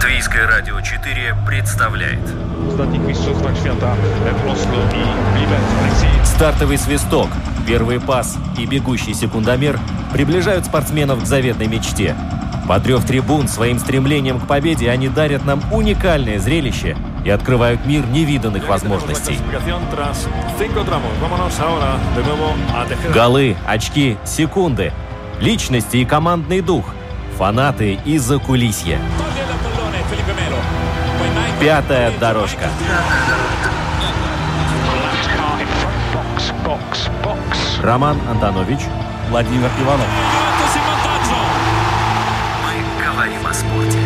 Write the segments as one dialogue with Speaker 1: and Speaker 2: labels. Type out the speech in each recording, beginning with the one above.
Speaker 1: Латвийское радио 4 представляет. Стартовый свисток, первый пас и бегущий секундомер приближают спортсменов к заветной мечте. Подрев трибун своим стремлением к победе, они дарят нам уникальное зрелище и открывают мир невиданных возможностей. Голы, очки, секунды, личности и командный дух, фанаты и закулисье. Пятая дорожка. Роман Антонович, Владимир Иванов. Мы говорим о спорте.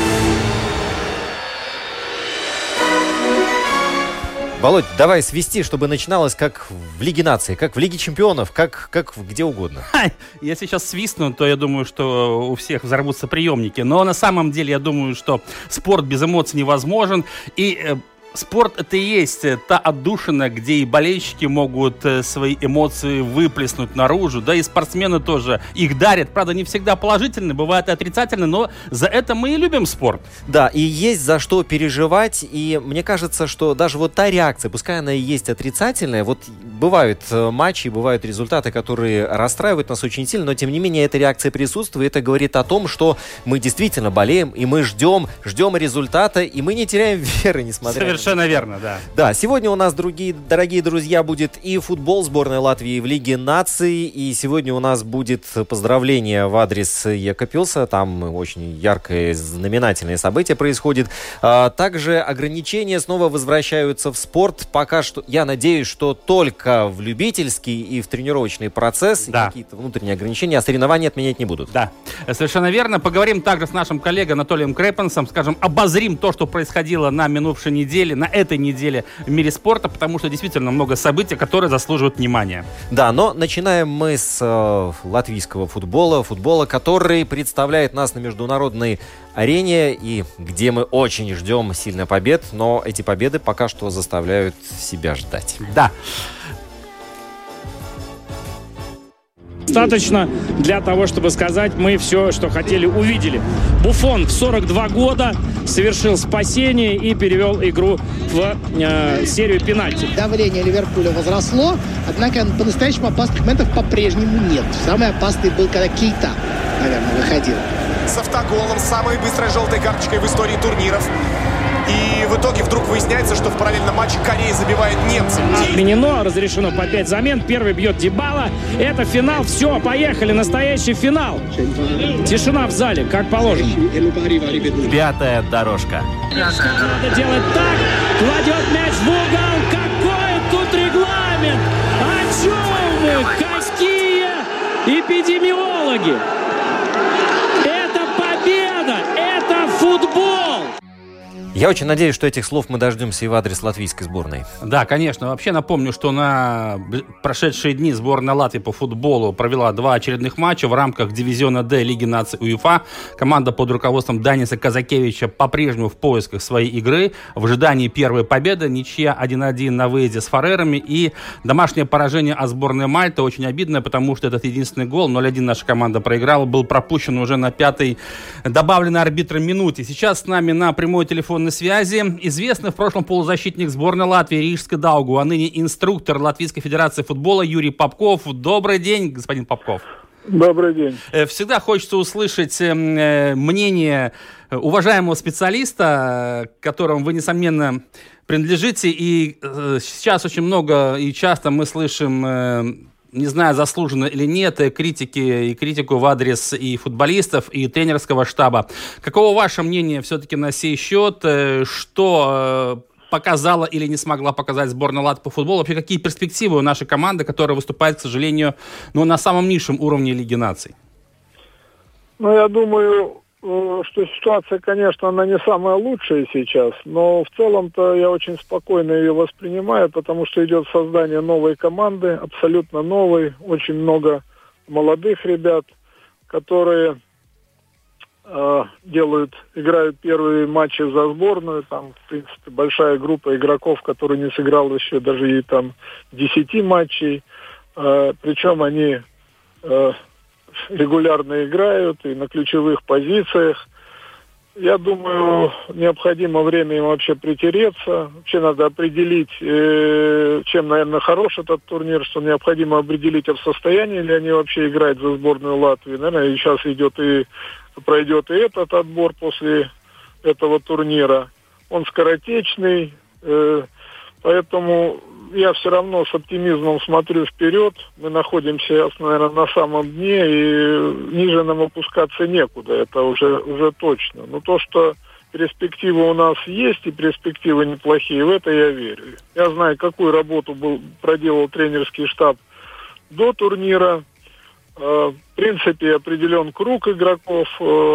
Speaker 2: Володь, давай свести, чтобы начиналось как в Лиге наций, как в Лиге чемпионов, как где угодно.
Speaker 3: Если сейчас свистну, то я думаю, что у всех взорвутся приемники. Но на самом деле я думаю, что спорт без эмоций невозможен. И спорт — это и есть та отдушина, где и болельщики могут свои эмоции выплеснуть наружу. Да и спортсмены тоже их дарят. Правда, не всегда положительные, бывает и отрицательные, но за это мы и любим спорт.
Speaker 2: Да, и есть за что переживать. И мне кажется, что даже вот та реакция, пускай она и есть отрицательная, вот бывают матчи, бывают результаты, которые расстраивают нас очень сильно, но тем не менее эта реакция присутствует. Это говорит о том, что мы действительно болеем, и мы ждем результата, и мы не теряем веры, несмотря на...
Speaker 3: Совершенно верно, да.
Speaker 2: Да, сегодня у нас, дорогие друзья, будет и футбол сборной Латвии в Лиге наций, и сегодня у нас будет поздравление в адрес Екапилса, там очень яркое, знаменательное событие происходит. Также ограничения снова возвращаются в спорт, пока что, я надеюсь, что только в любительский и в тренировочный процесс, да. Какие-то внутренние ограничения, а соревнования отменять не будут.
Speaker 3: Да, совершенно верно. Поговорим также с нашим коллегой Анатолием Крепенсом, скажем, обозрим то, что происходило на минувшей неделе, на этой неделе в мире спорта, потому что действительно много событий, которые заслуживают внимания.
Speaker 2: Да, но начинаем мы с латвийского футбола, который представляет нас на международной арене и где мы очень ждем сильных побед, но эти победы пока что заставляют себя ждать.
Speaker 3: Да.
Speaker 4: Достаточно для того, чтобы сказать, мы все, что хотели, увидели. Буфон в 42 года совершил спасение и перевел игру в серию пенальти.
Speaker 5: Давление Ливерпуля возросло, однако по-настоящему опасных моментов по-прежнему нет. Самый опасный был, когда Кейта, наверное, выходил.
Speaker 6: С автоголом, самой быстрой желтой карточкой в истории турниров. И в итоге вдруг выясняется, что в параллельном матче Корея забивает немцы.
Speaker 4: Отменено, разрешено по 5 замен. Первый бьет Дибала. Это финал. Все, поехали. Настоящий финал. Тишина в зале, как положено.
Speaker 1: Пятая дорожка.
Speaker 4: Надо делать так. Кладет мяч в угол. Какой тут регламент? О чем вы? Какие эпидемиологи? Это победа. Это футбол.
Speaker 2: Я очень надеюсь, что этих слов мы дождемся и в адрес латвийской сборной.
Speaker 3: Да, конечно. Вообще напомню, что на прошедшие дни сборная Латвии по футболу провела 2 очередных матча в рамках дивизиона D Лиги наций УЕФА. Команда под руководством Даниса Казакевича по-прежнему в поисках своей игры. В ожидании первой победы, ничья 1-1 на выезде с Фарерами и домашнее поражение от сборной Мальты. Очень обидно, потому что этот единственный гол, 0-1 наша команда проиграла, был пропущен уже на 5-й добавленной арбитром минуте. Сейчас с нами на прямой телефонной связи известный в прошлом полузащитник сборной Латвии Рижской Даугу, а ныне инструктор Латвийской Федерации футбола Юрий Попков. Добрый день, господин Попков.
Speaker 7: Добрый день.
Speaker 3: Всегда хочется услышать мнение уважаемого специалиста, которому вы, несомненно, принадлежите. И сейчас очень много и часто мы слышим... не знаю, заслуженно или нет, критику в адрес и футболистов, и тренерского штаба. Каково ваше мнение все-таки на сей счет? Что показала или не смогла показать сборная Латвии по футболу? Вообще, какие перспективы у нашей команды, которая выступает, к сожалению, на самом низшем уровне Лиги наций?
Speaker 7: Я думаю, что ситуация, конечно, она не самая лучшая сейчас, но в целом-то я очень спокойно ее воспринимаю, потому что идет создание новой команды, абсолютно новой, очень много молодых ребят, которые играют первые матчи за сборную, там, в принципе, большая группа игроков, которые не сыграл еще даже и там 10 матчей, причем они регулярно играют и на ключевых позициях. Я думаю, необходимо время им вообще притереться. Вообще надо определить, чем, наверное, хорош этот турнир, что необходимо определить, в состоянии ли они вообще играть за сборную Латвии. Наверное, сейчас пройдет и этот отбор после этого турнира. Он скоротечный, поэтому я все равно с оптимизмом смотрю вперед. Мы находимся, наверное, на самом дне, и ниже нам опускаться некуда. Это уже точно. Но то, что перспективы у нас есть, и перспективы неплохие, в это я верю. Я знаю, какую работу проделал тренерский штаб до турнира. В принципе, определен круг игроков.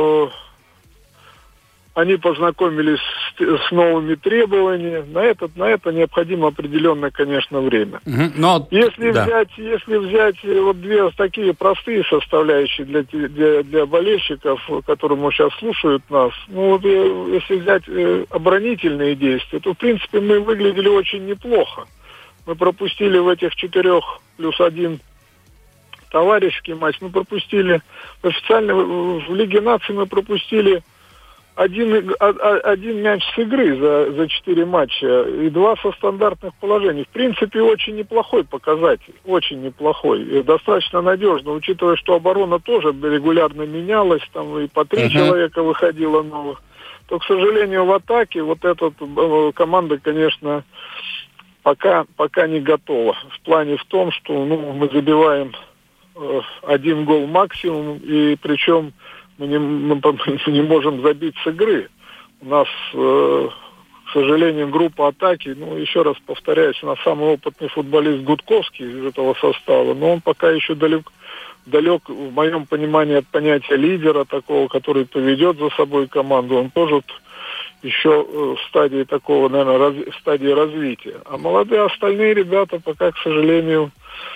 Speaker 7: Они познакомились с новыми требованиями. На это необходимо определенное, конечно, время.
Speaker 3: Но,
Speaker 7: если взять вот две такие простые составляющие для болельщиков, которые сейчас слушают нас, если взять оборонительные действия, то, в принципе, мы выглядели очень неплохо. Мы пропустили в этих 4+1 товарищеский матч, мы пропустили официально в Лиге наций мы пропустили один мяч с игры за 4 матча и 2 со стандартных положений. В принципе, очень неплохой показатель. Очень неплохой. И достаточно надежно, учитывая, что оборона тоже регулярно менялась, там и по 3 человека выходило новых. То, к сожалению, в атаке вот эта команда, конечно, пока не готова. В плане в том, что мы забиваем 1 гол максимум, и причем мы не можем забить с игры. У нас, к сожалению, группа атаки, еще раз повторяюсь, у нас самый опытный футболист Гудковский из этого состава, но он пока еще далек, в моем понимании, от понятия лидера, такого, который поведет за собой команду. Он тоже еще в стадии такого, наверное, стадии развития. А молодые остальные ребята пока, к сожалению,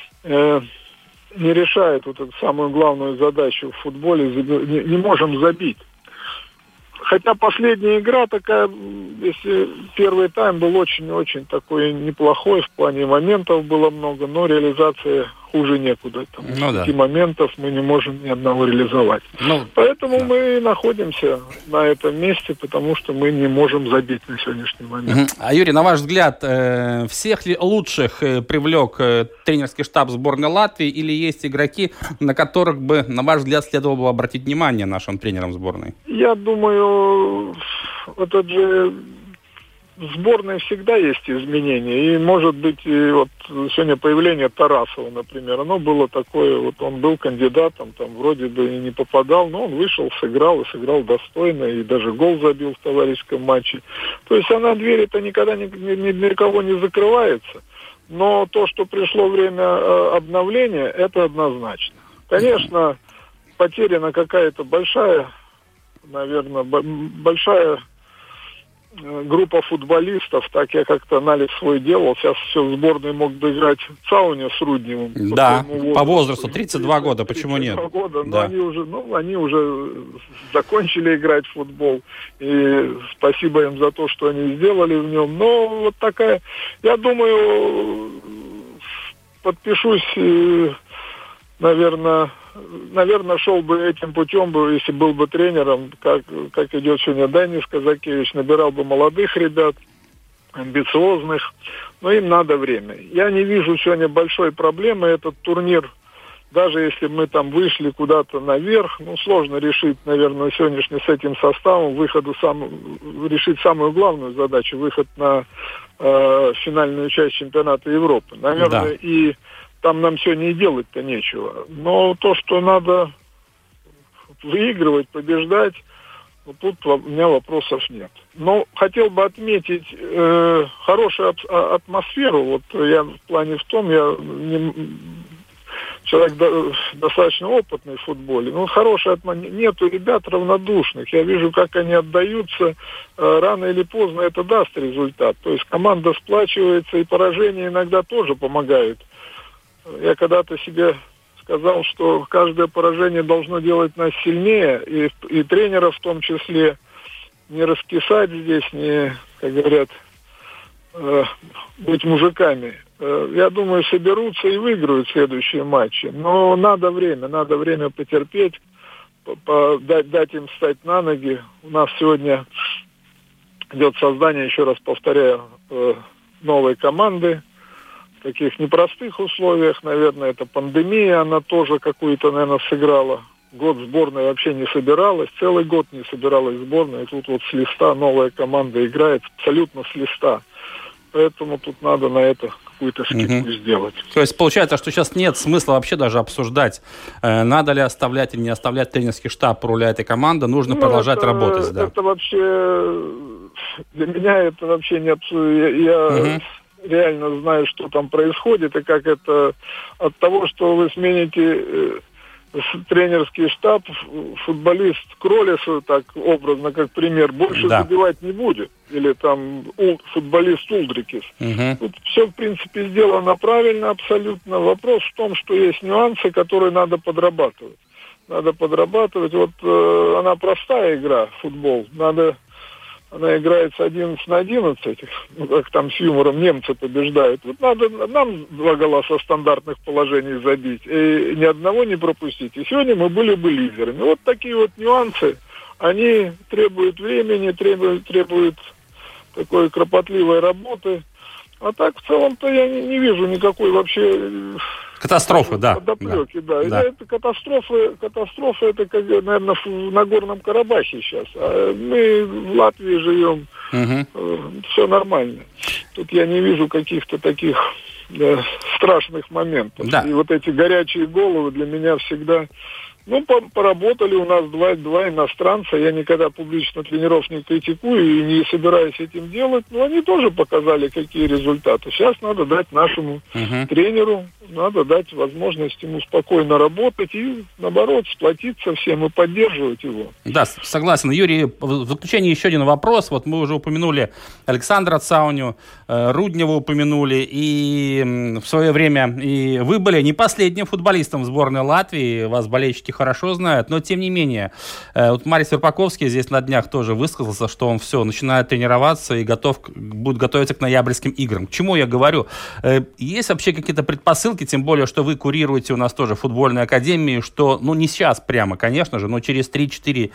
Speaker 7: не решает вот эту самую главную задачу в футболе, не можем забить. Хотя последняя игра такая, если первый тайм был очень-очень такой неплохой, в плане моментов было много, но реализация хуже некуда. Там, 5 моментов мы не можем ни одного реализовать. Поэтому мы находимся на этом месте, потому что мы не можем забить на сегодняшний момент.
Speaker 3: А, Юрий, на ваш взгляд, всех ли лучших привлек тренерский штаб сборной Латвии, или есть игроки, на которых бы, на ваш взгляд, следовало бы обратить внимание нашим тренерам сборной?
Speaker 7: Я думаю, это же в сборной всегда есть изменения. И, может быть, вот сегодня появление Тарасова, например, оно было такое, вот он был кандидатом, там вроде бы и не попадал, но он вышел, сыграл достойно, и даже гол забил в товарищеском матче. То есть дверь-то никогда ни для кого не закрывается. Но то, что пришло время обновления, это однозначно. Конечно, потеряна какая-то большая группа футболистов, так я как-то анализ свой делал. Сейчас все в сборной мог бы играть Цауня с Рудневым.
Speaker 3: Да, по возрасту 32 года, почему нет?
Speaker 7: Года, да. Но они уже закончили играть в футбол. И спасибо им за то, что они сделали в нем. Но вот такая, я думаю, подпишусь, наверное, шел бы этим путем, если был бы тренером, как идет сегодня Данис Казакевич, набирал бы молодых ребят, амбициозных, но им надо время. Я не вижу сегодня большой проблемы. Этот турнир, даже если мы там вышли куда-то наверх, сложно решить, наверное, сегодняшний с этим составом решить самую главную задачу, выход на финальную часть чемпионата Европы. Наверное, и там нам сегодня и делать-то нечего. Но то, что надо выигрывать, побеждать, тут у меня вопросов нет. Но хотел бы отметить хорошую атмосферу. Вот я в плане в том, человек достаточно опытный в футболе. Хорошая атмосфера. Нету ребят равнодушных. Я вижу, как они отдаются. Рано или поздно это даст результат. То есть команда сплачивается, и поражения иногда тоже помогают. Я когда-то себе сказал, что каждое поражение должно делать нас сильнее, и тренера в том числе, не раскисать здесь, не, как говорят, быть мужиками. Я думаю, соберутся и выиграют следующие матчи. Но надо время потерпеть, дать им встать на ноги. У нас сегодня идет создание, еще раз повторяю, новой команды в таких непростых условиях. Наверное, это пандемия, она тоже какую-то, наверное, сыграла. Год сборная вообще не собиралась, целый год не собиралась сборная, и тут вот с листа новая команда играет, абсолютно с листа. Поэтому тут надо на это какую-то скидку сделать.
Speaker 3: То есть получается, что сейчас нет смысла вообще даже обсуждать, надо ли оставлять или не оставлять тренерский штаб по руля этой команды, нужно продолжать работать. Да.
Speaker 7: Это вообще, для меня это вообще не абсурдно. Я реально знаю, что там происходит, и как это от того, что вы смените тренерский штаб, футболист Кролесу, так образно, как пример, больше забивать не будет. Или там футболист Улдрикис. Тут все, в принципе, сделано правильно абсолютно. Вопрос в том, что есть нюансы, которые надо подрабатывать. Надо подрабатывать. Вот она простая игра, футбол. Она играется 11 на 11, ну, как там с юмором немцы побеждают. Вот надо нам 2 гола со стандартных положений забить, и ни одного не пропустить. И сегодня мы были бы лидерами. Вот такие вот нюансы, они требуют времени, требуют такой кропотливой работы. А так, в целом-то, я не вижу никакой вообще...
Speaker 3: Катастрофы, да.
Speaker 7: Подоплеки, да. Это катастрофа, это, как, наверное, в Нагорном Карабахе сейчас. А мы в Латвии живем, все нормально. Тут я не вижу каких-то таких страшных моментов. Да. И вот эти горячие головы для меня всегда... Ну, поработали у нас два иностранца. Я никогда публично тренеров не критикую и не собираюсь этим делать. Но они тоже показали, какие результаты. Сейчас надо дать нашему тренеру, надо дать возможность ему спокойно работать и, наоборот, сплотиться всем и поддерживать его.
Speaker 3: Да, согласен. Юрий, в заключение еще один вопрос. Вот мы уже упомянули Александра Цауню, Руднева упомянули. И в свое время и вы были не последним футболистом в сборной Латвии. Вас болельщики хорошо знают, но тем не менее, вот Марис Верпаковский здесь на днях тоже высказался, что он все, начинает тренироваться и будет готовиться к ноябрьским играм. К чему я говорю? Есть вообще какие-то предпосылки, тем более, что вы курируете у нас тоже футбольную академию, что, ну не сейчас прямо, конечно же, но через 3-4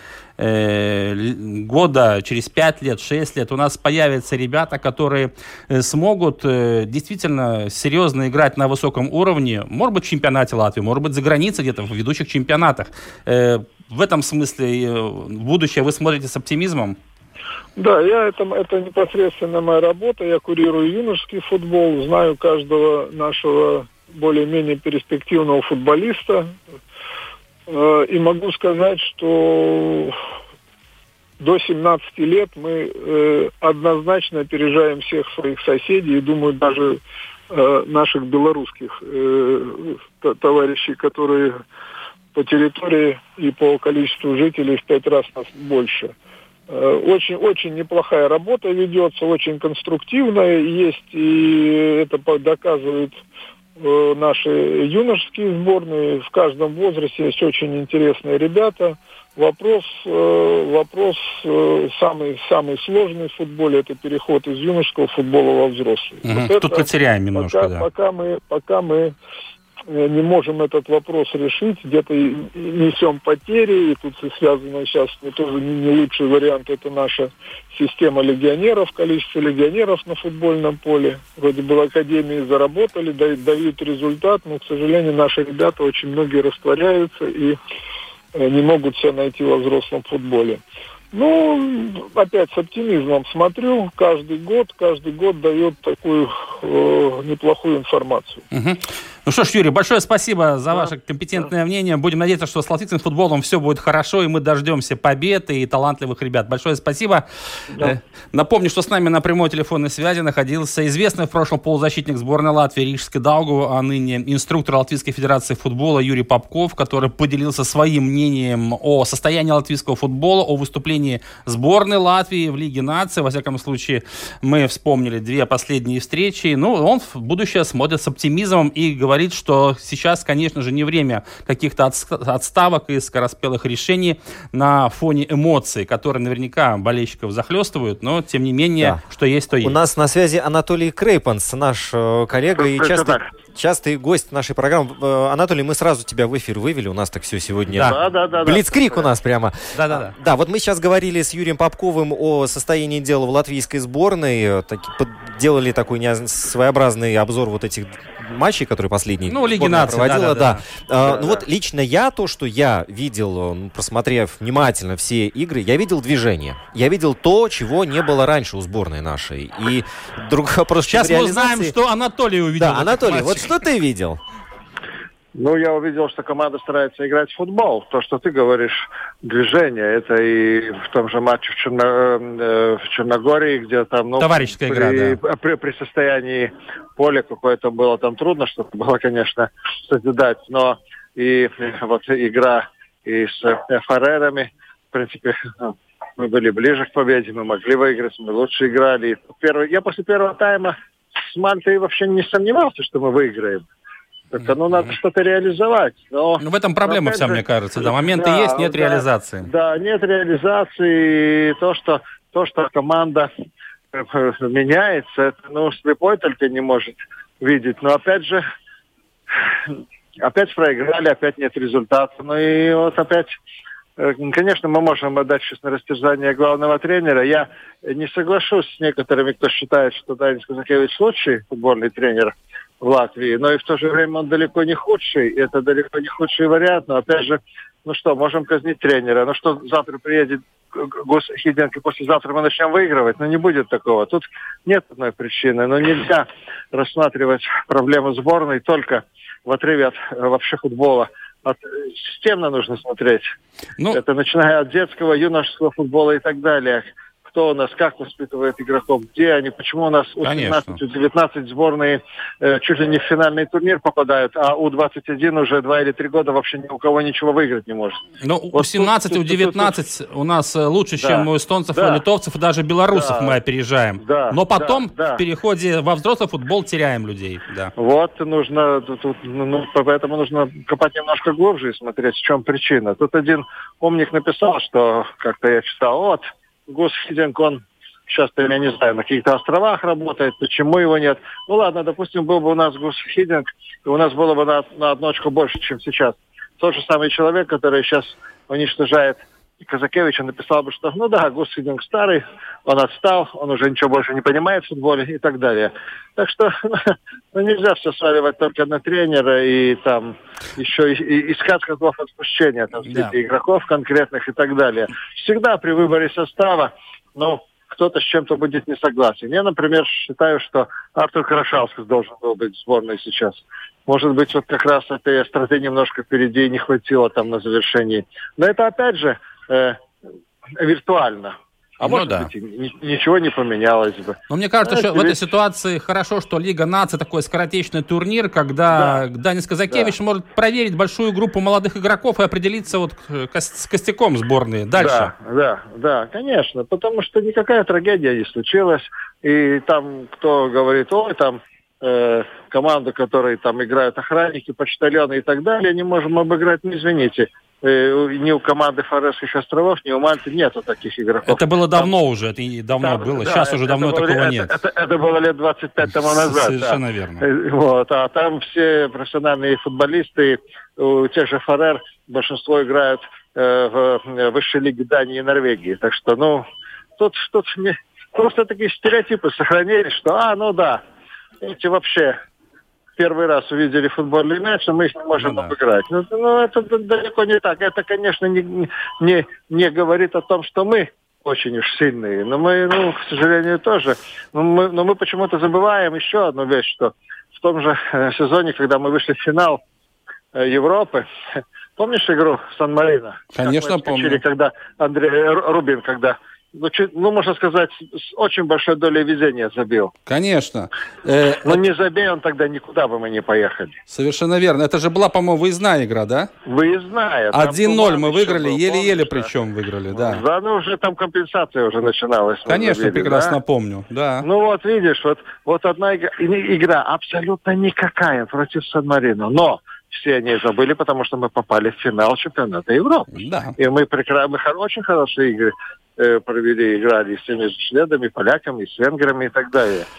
Speaker 3: года, через 5 лет, 6 лет у нас появятся ребята, которые смогут действительно серьезно играть на высоком уровне, может быть, в чемпионате Латвии, может быть, за границей где-то, в ведущих чемпионатах. В этом смысле в будущее вы смотрите с оптимизмом?
Speaker 7: Да, это непосредственно моя работа. Я курирую юношеский футбол, знаю каждого нашего более-менее перспективного футболиста. И могу сказать, что до 17 лет мы однозначно опережаем всех своих соседей. И думаю, даже наших белорусских товарищей, которые по территории и по количеству жителей в 5 раз нас больше. Очень неплохая работа ведется, очень конструктивная есть, и это доказывают наши юношеские сборные. В каждом возрасте есть очень интересные ребята. Вопрос самый сложный в футболе — это переход из юношеского футбола во взрослый. Вот
Speaker 3: тут потеряем немножко,
Speaker 7: пока мы не можем этот вопрос решить, где-то несем потери, и тут связано сейчас тоже не лучший вариант, это наша система легионеров, количество легионеров на футбольном поле. Вроде бы в академии заработали, дают результат, но, к сожалению, наши ребята очень многие растворяются и не могут себя найти во взрослом футболе. Ну, опять с оптимизмом смотрю, каждый год дает такую неплохую информацию.
Speaker 3: Ну что ж, Юрий, большое спасибо за ваше компетентное мнение. Будем надеяться, что с латвийским футболом все будет хорошо, и мы дождемся побед и талантливых ребят. Большое спасибо. Да. Напомню, что с нами на прямой телефонной связи находился известный в прошлом полузащитник сборной Латвии Рижский Даугава, а ныне инструктор Латвийской Федерации футбола Юрий Попков, который поделился своим мнением о состоянии латвийского футбола, о выступлении сборной Латвии в Лиге наций. Во всяком случае, мы вспомнили 2 последние встречи. Ну, он в будущее смотрит с оптимизмом и говорит, что сейчас, конечно же, не время каких-то отставок и скороспелых решений на фоне эмоций, которые наверняка болельщиков захлестывают, но, тем не менее, что есть, то есть.
Speaker 2: У нас на связи Анатолий Крейпанс, наш коллега и частый гость нашей программы. Анатолий, мы сразу тебя в эфир вывели. У нас так все сегодня.
Speaker 8: Да.
Speaker 2: Блицкриг у нас прямо.
Speaker 3: Да.
Speaker 2: Да, вот мы сейчас говорили с Юрием Попковым о состоянии дела в латвийской сборной. Делали такой своеобразный обзор вот этих матчей, которые последние
Speaker 3: Лиги наций
Speaker 2: проводила. Да. Ну вот лично я, то, что я видел, просмотрев внимательно все игры, я видел движение. Я видел то, чего не было раньше у сборной нашей. И другой вопрос.
Speaker 3: Сейчас мы узнаем, что Анатолий увидел.
Speaker 2: Да, Анатолий, вот что ты видел?
Speaker 8: Ну, я увидел, что команда старается играть в футбол. То, что ты говоришь, движение, это и в том же матче в Черногории, где там...
Speaker 3: Товарищеская игра, да.
Speaker 8: При состоянии поля какое-то было там трудно, что-то было, конечно, созидать. Но и вот игра и с Фарерами, в принципе, мы были ближе к победе, мы могли выиграть, мы лучше играли. Я после первого тайма с Мальтой вообще не сомневался, что мы выиграем. Только, надо что-то реализовать. Но
Speaker 3: в этом проблема вся, мне кажется. Да, моменты есть, нет реализации.
Speaker 8: Да, нет реализации. И то, что команда меняется, это, слепой только не может видеть. Но опять же, опять проиграли, опять нет результата. И вот опять... Конечно, мы можем отдать сейчас на растерзание главного тренера. Я не соглашусь с некоторыми, кто считает, что Данис Казакевич лучший футбольный тренер в Латвии, но и в то же время он далеко не худший. Это далеко не худший вариант. Но опять же, можем казнить тренера. Завтра приедет Гус Хидинг, и послезавтра мы начнем выигрывать. Но не будет такого. Тут нет одной причины. Но нельзя рассматривать проблему сборной только в отрыве от вообще футбола. Системно нужно смотреть. Это начиная от детского, юношеского футбола и так далее. Кто у нас, как воспитывает игроков, где они, почему у нас У-17, У-19 сборные чуть ли не в финальный турнир попадают, а У-21 уже 2 или 3 года вообще ни у кого ничего выиграть не может.
Speaker 3: У-17, У-19 у нас лучше, чем у эстонцев, у литовцев, и даже белорусов мы опережаем. Но потом в переходе во взрослый футбол теряем людей. Да.
Speaker 8: Вот, поэтому нужно копать немножко глубже и смотреть, в чем причина. Тут один умник написал, что, как-то я читал, Гус Хидинг, он сейчас-то, я не знаю, на каких-то островах работает, почему его нет. Ладно, допустим, был бы у нас Гус Хидинг, и у нас было бы на одну очко больше, чем сейчас. Тот же самый человек, который сейчас уничтожает Казакевича, написал бы, что, Гус Хидинг старый, он отстал, он уже ничего больше не понимает в футболе и так далее. Так что нельзя все сваливать только на тренера и там еще искать какого отпущения среди игроков конкретных и так далее. Всегда при выборе состава, кто-то с чем-то будет не согласен. Я, например, считаю, что Артур Карашаускас должен был быть в сборной сейчас. Может быть, вот как раз этой остроты немножко впереди не хватило там на завершении. Но это опять же виртуально. А может быть, ничего не поменялось бы.
Speaker 3: Но мне кажется, что в этой ситуации хорошо, что Лига наций такой скоротечный турнир, когда Данис Казакевич может проверить большую группу молодых игроков и определиться с костяком сборной дальше.
Speaker 8: Да, конечно, потому что никакая трагедия не случилась. И там, кто говорит, команду, которые там играют охранники, почтальоны и так далее, не можем обыграть, извините. Ни у команды Фарерских островов, ни у Мальты нету таких игроков.
Speaker 3: Это было давно уже, это и давно было. Сейчас уже давно такого нет.
Speaker 8: Это было лет 25 тому назад.
Speaker 3: Совершенно верно.
Speaker 8: А там все профессиональные футболисты, у тех же Фарер, большинство играют в высшей лиге Дании и Норвегии. Так что, тут просто такие стереотипы сохранились, что, эти вообще... Первый раз увидели футбольный мяч, а мы их не можем обыграть. Это далеко не так. Это, конечно, не говорит о том, что мы очень уж сильные. Но мы, к сожалению, тоже. Но мы почему-то забываем еще одну вещь, что в том же сезоне, когда мы вышли в финал Европы, помнишь игру в Сан-Марино?
Speaker 3: Конечно, помню.
Speaker 8: Когда Андрей Рубин, можно сказать, с очень большой долей везения забил.
Speaker 3: Конечно.
Speaker 8: Но не забей он тогда, никуда бы мы не поехали.
Speaker 3: Совершенно верно. Это же была, по-моему, выездная игра, да?
Speaker 8: Выездная.
Speaker 3: 1-0 мы выиграли, еле-еле причем выиграли, да.
Speaker 8: Да, уже там компенсация уже начиналась.
Speaker 3: Конечно, прекрасно помню, да.
Speaker 8: Видишь, вот одна игра абсолютно никакая против Сан-Марино, но все они забыли, потому что мы попали в финал чемпионата Европы.
Speaker 3: Да.
Speaker 8: И мы очень хорошие игры провели, играли с теми же шведами, поляками, с венграми и так далее.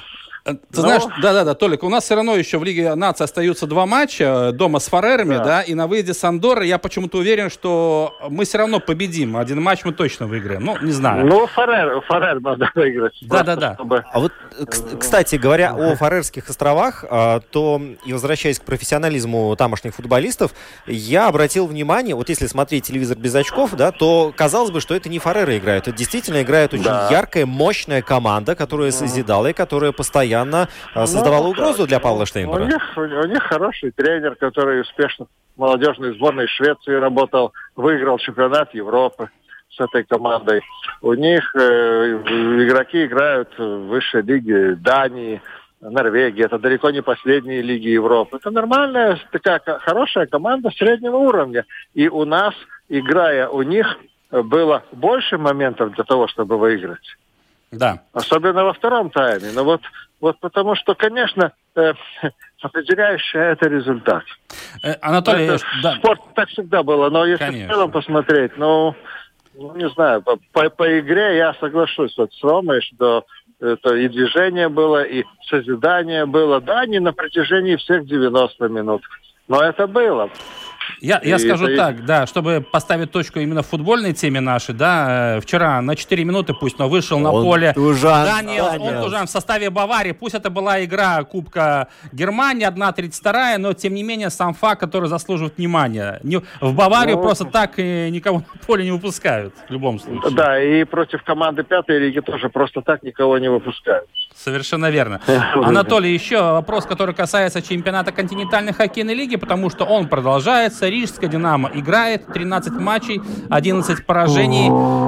Speaker 3: Ты знаешь, да, Толик, у нас все равно еще в Лиге наций остаются 2 матча, дома с Фарерами, да, и на выезде с Андоррой я почему-то уверен, что мы все равно победим. 1 матч мы точно выиграем. Ну, не знаю.
Speaker 8: Ну, Фарер надо выиграть.
Speaker 3: Да.
Speaker 8: Чтобы...
Speaker 2: А вот, кстати, говоря о Фарерских островах, то, и возвращаясь к профессионализму тамошних футболистов, я обратил внимание, вот если смотреть телевизор без очков, да, то казалось бы, что это не Фареры играют. Это действительно играет очень яркая, мощная команда, которая созидала и которая постоянно создавала угрозу для Павла Штейнбера.
Speaker 8: У них хороший тренер, который успешно в молодежной сборной Швеции работал, выиграл чемпионат Европы с этой командой. У них игроки играют в высшей лиге Дании, Норвегии. Это далеко не последние лиги Европы. Это нормальная, такая хорошая команда среднего уровня. И у нас, играя у них, было больше моментов для того, чтобы выиграть.
Speaker 3: Да.
Speaker 8: Особенно во втором тайме. Но вот потому что, конечно, определяющее это результат.
Speaker 3: Анатолий,
Speaker 8: спорт так всегда было, но если в целом посмотреть, не знаю, по игре я соглашусь с Ромой, что это и движение было, и созидание было, да, не на протяжении всех 90 минут, но это было.
Speaker 3: Я скажу так, да, чтобы поставить точку именно в футбольной теме нашей, да, вчера на 4 минуты пусть, но вышел на поле Тужан в составе Баварии, пусть это была игра Кубка Германии, 1-32, но тем не менее сам факт, который заслуживает внимания. В Баварию просто так никого на поле не выпускают, в любом случае.
Speaker 8: Да, и против команды 5-й лиги тоже просто так никого не выпускают.
Speaker 3: Совершенно верно. Анатолий, еще вопрос, который касается чемпионата континентальной хоккейной лиги, потому что он продолжается. Рижская «Динамо» играет, 13 матчей, 11 поражений.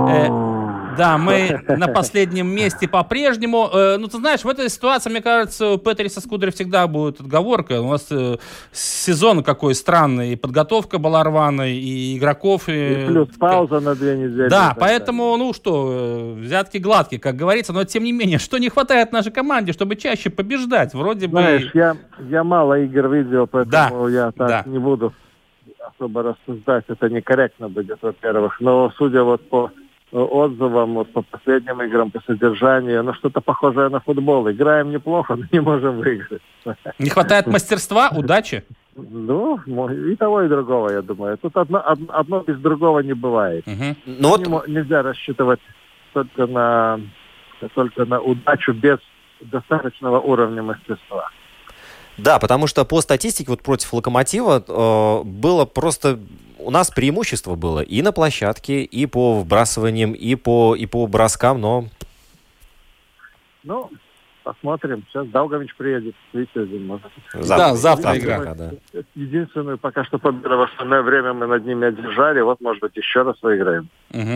Speaker 3: Да, мы на последнем месте по-прежнему. Ну, ты знаешь, в этой ситуации, мне кажется, у Петриса Скудера всегда будет отговорка. У нас сезон какой странный, и подготовка была рваной, и игроков...
Speaker 8: И плюс пауза на 2 недели.
Speaker 3: Да, поэтому, взятки гладкие, как говорится. Но, тем не менее, что не хватает нашей команде, чтобы чаще побеждать? Вроде
Speaker 8: знаешь, бы... я мало игр видел, поэтому я так не буду особо рассуждать. Это некорректно будет, во-первых. Но, судя вот по отзывам, по последним играм, по содержанию, что-то похожее на футбол. Играем неплохо, но не можем выиграть.
Speaker 3: Не хватает мастерства, удачи?
Speaker 8: И того, и другого, я думаю. Тут одно без другого не бывает. Нельзя рассчитывать только на удачу без достаточного уровня мастерства.
Speaker 2: Да, потому что по статистике против «Локомотива» было просто... У нас преимущество было и на площадке, и по вбрасываниям, и по броскам, но...
Speaker 8: Посмотрим. Сейчас Даугавич приедет. Может.
Speaker 3: Завтра игра.
Speaker 8: Единственную пока что победу в основное время мы над ними одержали. Вот, может быть, еще раз выиграем.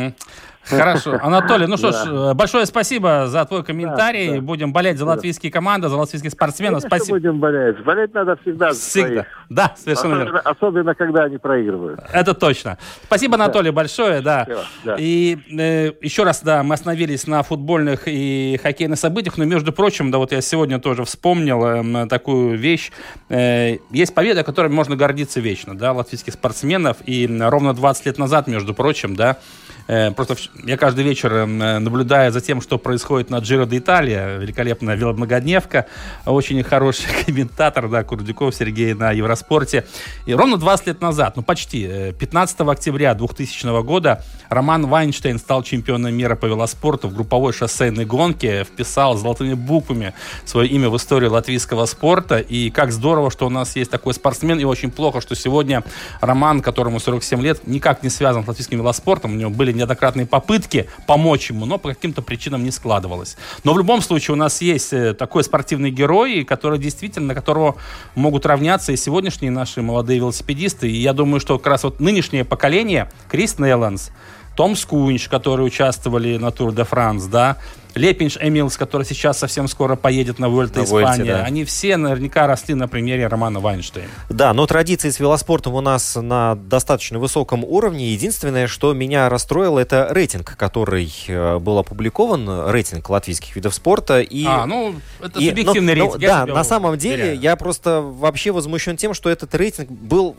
Speaker 3: Хорошо. Анатолий, что ж, большое спасибо за твой комментарий. Да. Будем болеть за латвийские команды, за латвийских спортсменов.
Speaker 8: Конечно, спасибо. Будем болеть. Болеть надо всегда.
Speaker 3: Всегда. Да, совершенно верно.
Speaker 8: Особенно, когда они проигрывают.
Speaker 3: Это точно. Спасибо, Анатолий, большое. Да. И еще раз, мы остановились на футбольных и хоккейных событиях, но, между прочим, я сегодня тоже вспомнил такую вещь. Есть победа, которой можно гордиться вечно, латвийских спортсменов. И ровно 20 лет назад, между прочим, просто я каждый вечер наблюдаю за тем, что происходит на Джиро д'Италия. Великолепная веломногодневка. Очень хороший комментатор, Курдюков Сергей на Евроспорте. И ровно 20 лет назад, почти, 15 октября 2000 года Роман Вайнштейн стал чемпионом мира по велоспорту в групповой шоссейной гонке, вписал золотыми буквами свое имя в историю латвийского спорта. И как здорово, что у нас есть такой спортсмен. И очень плохо, что сегодня Роман, которому 47 лет, никак не связан с латвийским велоспортом. У него были неоднократные попытки помочь ему, но по каким-то причинам не складывалось. Но в любом случае у нас есть такой спортивный герой, который действительно, на которого могут равняться и сегодняшние наши молодые велосипедисты. И я думаю, что как раз нынешнее поколение, Крис Неланс, Том Скунч, которые участвовали на Тур де Франс, Лепинш Эмилс, который сейчас совсем скоро поедет на Vuelta Испания. Они все наверняка росли на примере Романа Вайнштейна. Да, но традиции с велоспортом у нас на достаточно высоком уровне. Единственное, что меня расстроило, это рейтинг, который был опубликован, рейтинг латвийских видов спорта. Это субъективный рейтинг. На самом деле я просто вообще возмущен тем, что этот рейтинг был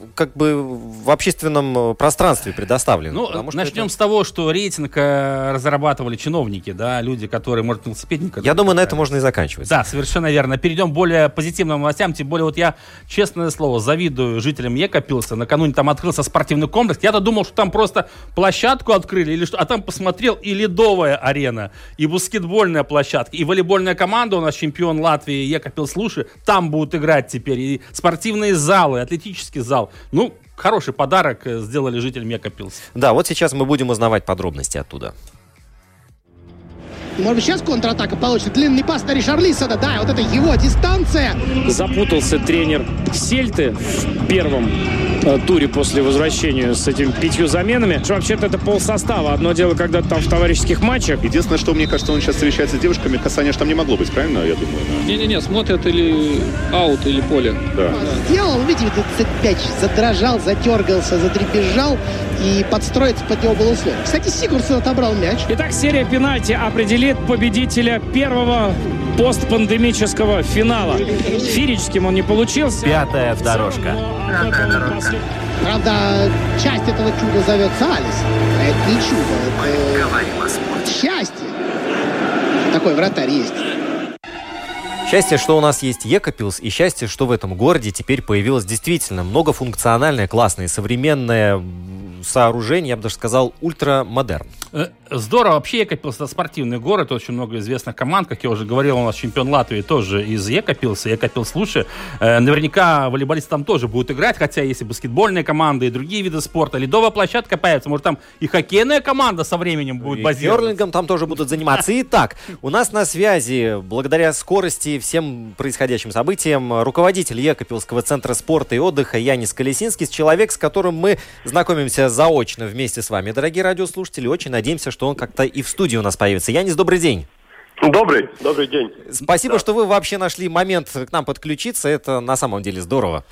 Speaker 3: в общественном пространстве предоставлен. Начнем с того, что рейтинг разрабатывали чиновники, люди, который может велосипедник.
Speaker 2: Я думаю, на этом можно и заканчивать.
Speaker 3: Да, совершенно верно. Перейдем к более позитивным новостям. Тем более, вот я, честное слово, завидую жителям Екапилса. Накануне там открылся спортивный комплекс. Я-то думал, что там просто площадку открыли, или что. А там посмотрел и ледовая арена, и баскетбольная площадка, и волейбольная команда у нас, чемпион Латвии Екапилс Луши, там будут играть теперь. И спортивные залы, атлетический зал. Ну, хороший подарок сделали жителям Екапилса.
Speaker 2: Да, вот сейчас мы будем узнавать подробности оттуда.
Speaker 5: Может быть, сейчас контратака получится. Длинный пас на Ришарлисона. Да, вот это его дистанция.
Speaker 4: Запутался тренер Сельты в первом туре после возвращения с этими 5 заменами. Вообще-то это полсостава. Одно дело, когда там в товарищеских матчах.
Speaker 9: Единственное, что мне кажется, он сейчас встречается с девушками, касания же там не могло быть, правильно, я думаю? Да?
Speaker 10: Не-не-не, смотрят или аут, или поле.
Speaker 9: Да.
Speaker 5: Сделал, видите, этот мяч задрожал, затергался, задребезжал, и подстроиться под него было сложно. Кстати, Сигурдсон отобрал мяч.
Speaker 4: Итак, серия пенальти определит победителя первого постпандемического финала. Феерическим он не получился.
Speaker 1: Пятая дорожка.
Speaker 5: Правда, часть этого чуда зовется Алис. А это не чудо, это счастье. Такой вратарь есть.
Speaker 2: Счастье, что у нас есть Екапилс, и счастье, что в этом городе теперь появилось действительно многофункциональное, классное, современное сооружение, я бы даже сказал, ультрамодерн.
Speaker 3: Здорово. Вообще Екапилс — это спортивный город, очень много известных команд. Как я уже говорил, у нас чемпион Латвии тоже из Екапилса, Екапилс Луши. Наверняка волейболисты там тоже будут играть, хотя есть и баскетбольные команды, и другие виды спорта. Ледовая площадка появится, может там и хоккейная команда со временем будет базироваться.
Speaker 2: И керлингом там тоже будут заниматься. Итак, у нас на связи, благодаря скорости всем происходящим событиям, руководитель Екапилского центра спорта и отдыха Янис Колесинский, человек, с которым мы знакомимся заочно вместе с вами, дорогие радиослушатели. Очень надеемся, что он как-то и в студии у нас появится. Янис, добрый день.
Speaker 11: Добрый день.
Speaker 2: Спасибо, что вы вообще нашли момент к нам подключиться. Это на самом деле здорово.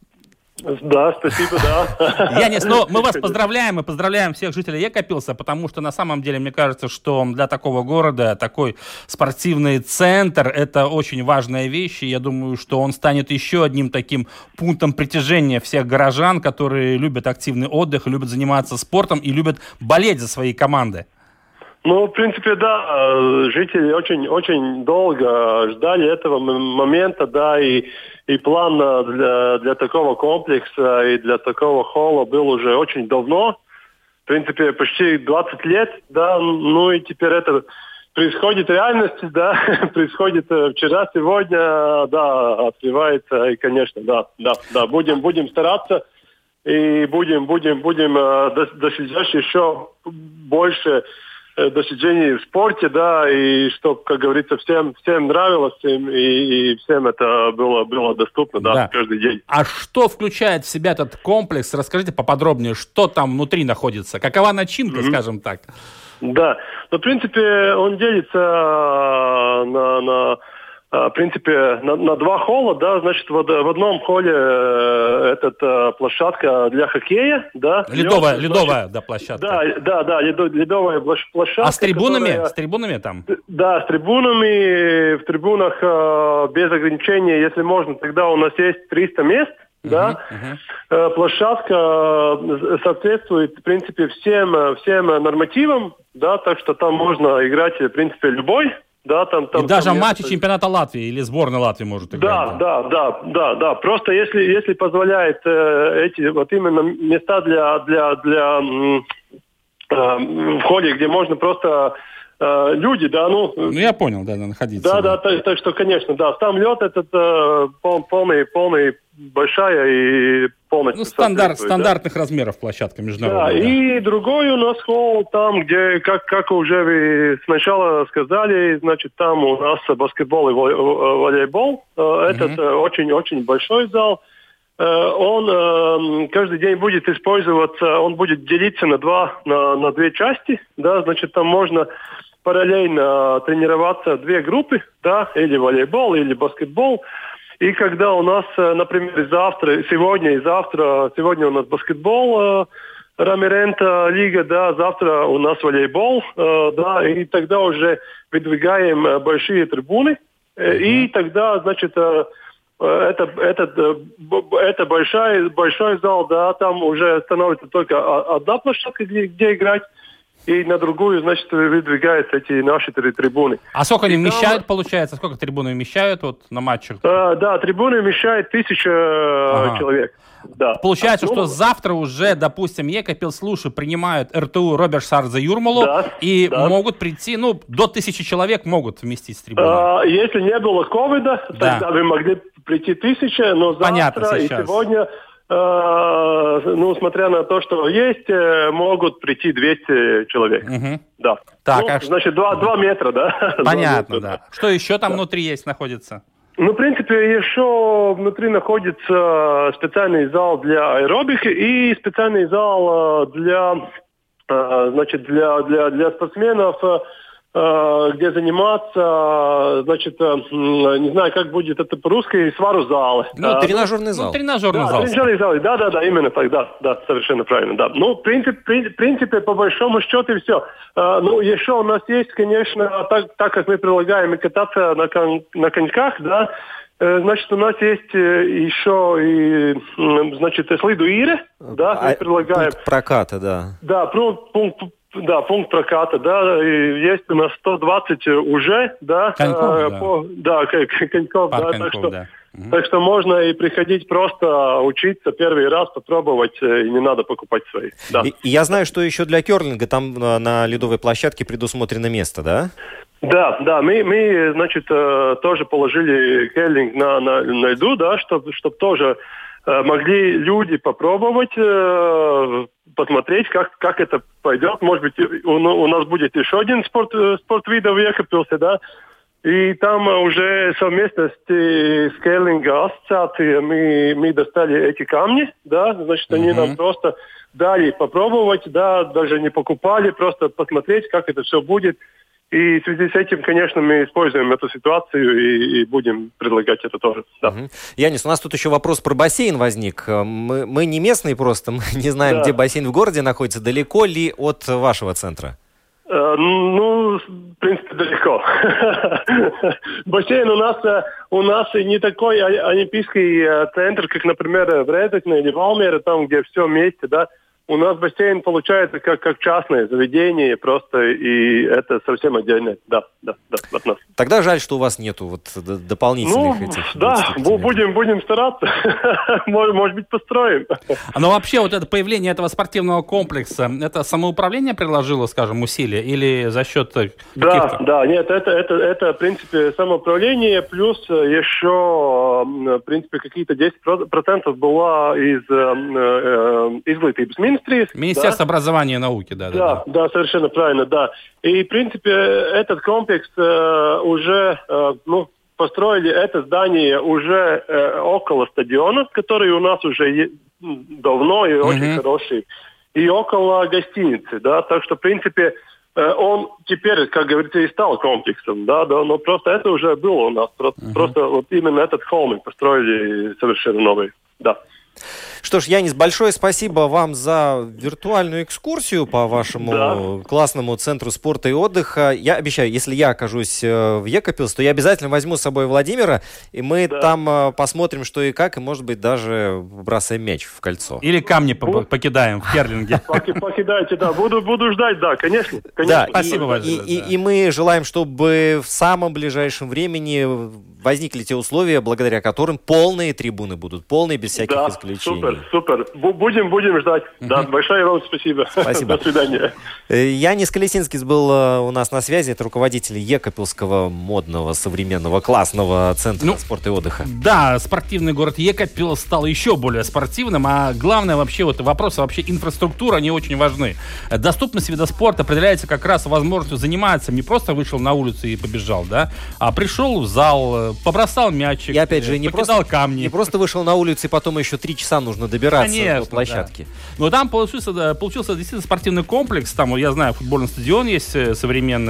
Speaker 11: Да, спасибо, да.
Speaker 3: Янис, мы вас поздравляем и поздравляем всех жителей Екапилса, потому что на самом деле, мне кажется, что для такого города такой спортивный центр — это очень важная вещь, и я думаю, что он станет еще одним таким пунктом притяжения всех горожан, которые любят активный отдых, любят заниматься спортом и любят болеть за свои команды.
Speaker 11: Ну, в принципе, да, жители очень долго ждали этого момента, да, и план для такого комплекса и для такого холла был уже очень давно, в принципе, почти 20 лет, да, ну и теперь это происходит в реальности, да, происходит вчера, сегодня, да, открывается, и, конечно, да, будем стараться и будем достигать еще больше достижений в спорте, да, и чтобы, как говорится, всем нравилось, и всем это было доступно, да, каждый день.
Speaker 3: А что включает в себя этот комплекс? Расскажите поподробнее, что там внутри находится, какова начинка, скажем так.
Speaker 11: Да, в принципе, он делится в принципе, на два холла, да, значит, в одном холле площадка для хоккея, да.
Speaker 3: Ледовая, да, площадка.
Speaker 11: Да, ледовая площадка.
Speaker 3: А с трибунами там?
Speaker 11: Да, с трибунами, в трибунах без ограничений, если можно, тогда у нас есть 300 мест, да. Площадка соответствует, в принципе, всем нормативам, да, так что там можно играть, в принципе, любой. Да, там
Speaker 3: и даже матчи чемпионата Латвии или сборной Латвии может играть.
Speaker 11: Да. Просто если позволяет эти вот именно места для в холле, где можно просто люди, да, ну
Speaker 3: я понял, да, находиться.
Speaker 11: Да, так что, конечно, да, там лед этот полный, большая и полностью.
Speaker 3: Стандартных размеров площадка международная.
Speaker 11: Да, и другой у нас холл там, где, как уже вы сначала сказали, значит, там у нас баскетбол и волейбол. Этот очень большой зал. Он каждый день будет использоваться, он будет делиться на две части, да, значит, там можно параллельно тренироваться две группы, да, или волейбол, или баскетбол. И когда у нас, например, сегодня у нас баскетбол, Рамирента лига, да, завтра у нас волейбол, да, и тогда уже выдвигаем большие трибуны, и тогда, значит, это большой зал, да, там уже становится только одна площадка, где играть. и на другую, значит, выдвигаются эти наши трибуны.
Speaker 3: А сколько они вмещают, получается? Сколько трибуны вмещают вот на матчах?
Speaker 11: Да, трибуны вмещают 1000 человек. Да.
Speaker 3: Получается, что завтра уже, допустим, Екапилс-Луши принимают РТУ Роберт Шардзе Юрмалу и могут прийти, до 1000 человек могут вместить с трибуны.
Speaker 11: Если не было ковида, тогда вы могли прийти 1000, но завтра и сегодня, смотря на то, что есть, могут прийти 200 человек. Да.
Speaker 3: Так,
Speaker 11: значит, 2 метра, да?
Speaker 3: Понятно, да. Что еще там внутри находится?
Speaker 11: В принципе, еще внутри находится специальный зал для аэробики и специальный зал для спортсменов, где заниматься, не знаю, как будет это по-русски, свару-залы.
Speaker 2: Тренажерный зал.
Speaker 3: Тренажерный зал.
Speaker 11: Тренажерный зал, да, именно так, да, совершенно правильно, да. В принципе, по большому счету и все. Еще у нас есть, конечно, так как мы предлагаем кататься на коньках, да, значит, у нас есть еще и, слидуиры, да, мы предлагаем.
Speaker 2: Пункт проката, да.
Speaker 11: Да, пункт проката, да, и есть у нас 120 уже, да. Коньков, да, так что можно и приходить просто учиться первый раз, попробовать, и не надо покупать свои. Да.
Speaker 2: И я знаю, что еще для керлинга там на ледовой площадке предусмотрено место, да?
Speaker 11: Да, мы, значит, тоже положили керлинг на льду, да, чтобы тоже могли люди попробовать, посмотреть, как это пойдет. Может быть, у нас будет еще один спортвид в Екапилсе, да. И там уже совместно с керлинга ассоциацией мы достали эти камни, да, значит, они нам просто дали попробовать, да, даже не покупали, просто посмотреть, как это все будет. И в связи с этим, конечно, мы используем эту ситуацию и будем предлагать это тоже. Да.
Speaker 2: Янис, у нас тут еще вопрос про бассейн возник. Мы не местные просто, мы не знаем, где бассейн в городе находится. Далеко ли от вашего центра?
Speaker 11: В принципе, далеко. Бассейн у нас не такой олимпийский центр, как, например, в Резекне или Валмере, там, где все вместе, да. У нас бассейн получается как частное заведение просто, и это совсем отдельно, да, от нас.
Speaker 2: Тогда жаль, что у вас нету дополнительных этих.
Speaker 11: Да, будем стараться. Может быть, построим.
Speaker 3: Но вообще это появление этого спортивного комплекса, это самоуправление приложило, скажем, усилия или за счет каких-то?
Speaker 11: Да, нет, это, в принципе, самоуправление, плюс еще, в принципе, какие-то 10% была из изглытības министрии.
Speaker 3: Министерство образования и науки, да.
Speaker 11: Да, совершенно правильно, да. И, в принципе, этот комплекс уже, построили это здание уже около стадиона, который у нас уже давно и очень хороший, и около гостиницы, да, так что, в принципе, он теперь, как говорится, и стал комплексом, да, но просто это уже было у нас, просто вот именно этот холм построили совершенно новый, да.
Speaker 2: Что ж, Янис, большое спасибо вам за виртуальную экскурсию по вашему классному центру спорта и отдыха. Я обещаю, если я окажусь в Екапилсе, то я обязательно возьму с собой Владимира, и мы там посмотрим, что и как, и, может быть, даже бросаем мяч в кольцо.
Speaker 3: Или камни покидаем в керлинге.
Speaker 11: Покидайте, да. Буду ждать, да, конечно.
Speaker 2: Да,
Speaker 3: спасибо большое.
Speaker 2: И мы желаем, чтобы в самом ближайшем времени возникли те условия, благодаря которым полные трибуны будут, полные, без всяких исключений.
Speaker 11: Супер. Будем ждать. Да, большое вам спасибо.
Speaker 2: Спасибо.
Speaker 11: До свидания.
Speaker 2: Янис Колесинский был у нас на связи. Это руководитель Екапилского модного, современного, классного центра спорта и отдыха.
Speaker 3: Да, спортивный город Екапилс стал еще более спортивным, а главное вообще вопросы инфраструктуры, они очень важны. Доступность вида спорта определяется как раз возможностью заниматься. Не просто вышел на улицу и побежал, да, а пришел в зал, побросал мячик,
Speaker 2: и опять же,
Speaker 3: покидал камни.
Speaker 2: Не просто вышел на улицу и потом еще 3 часа нужно добираться до площадки.
Speaker 3: Да. Но там получился действительно спортивный комплекс. Там, я знаю, футбольный стадион есть современный.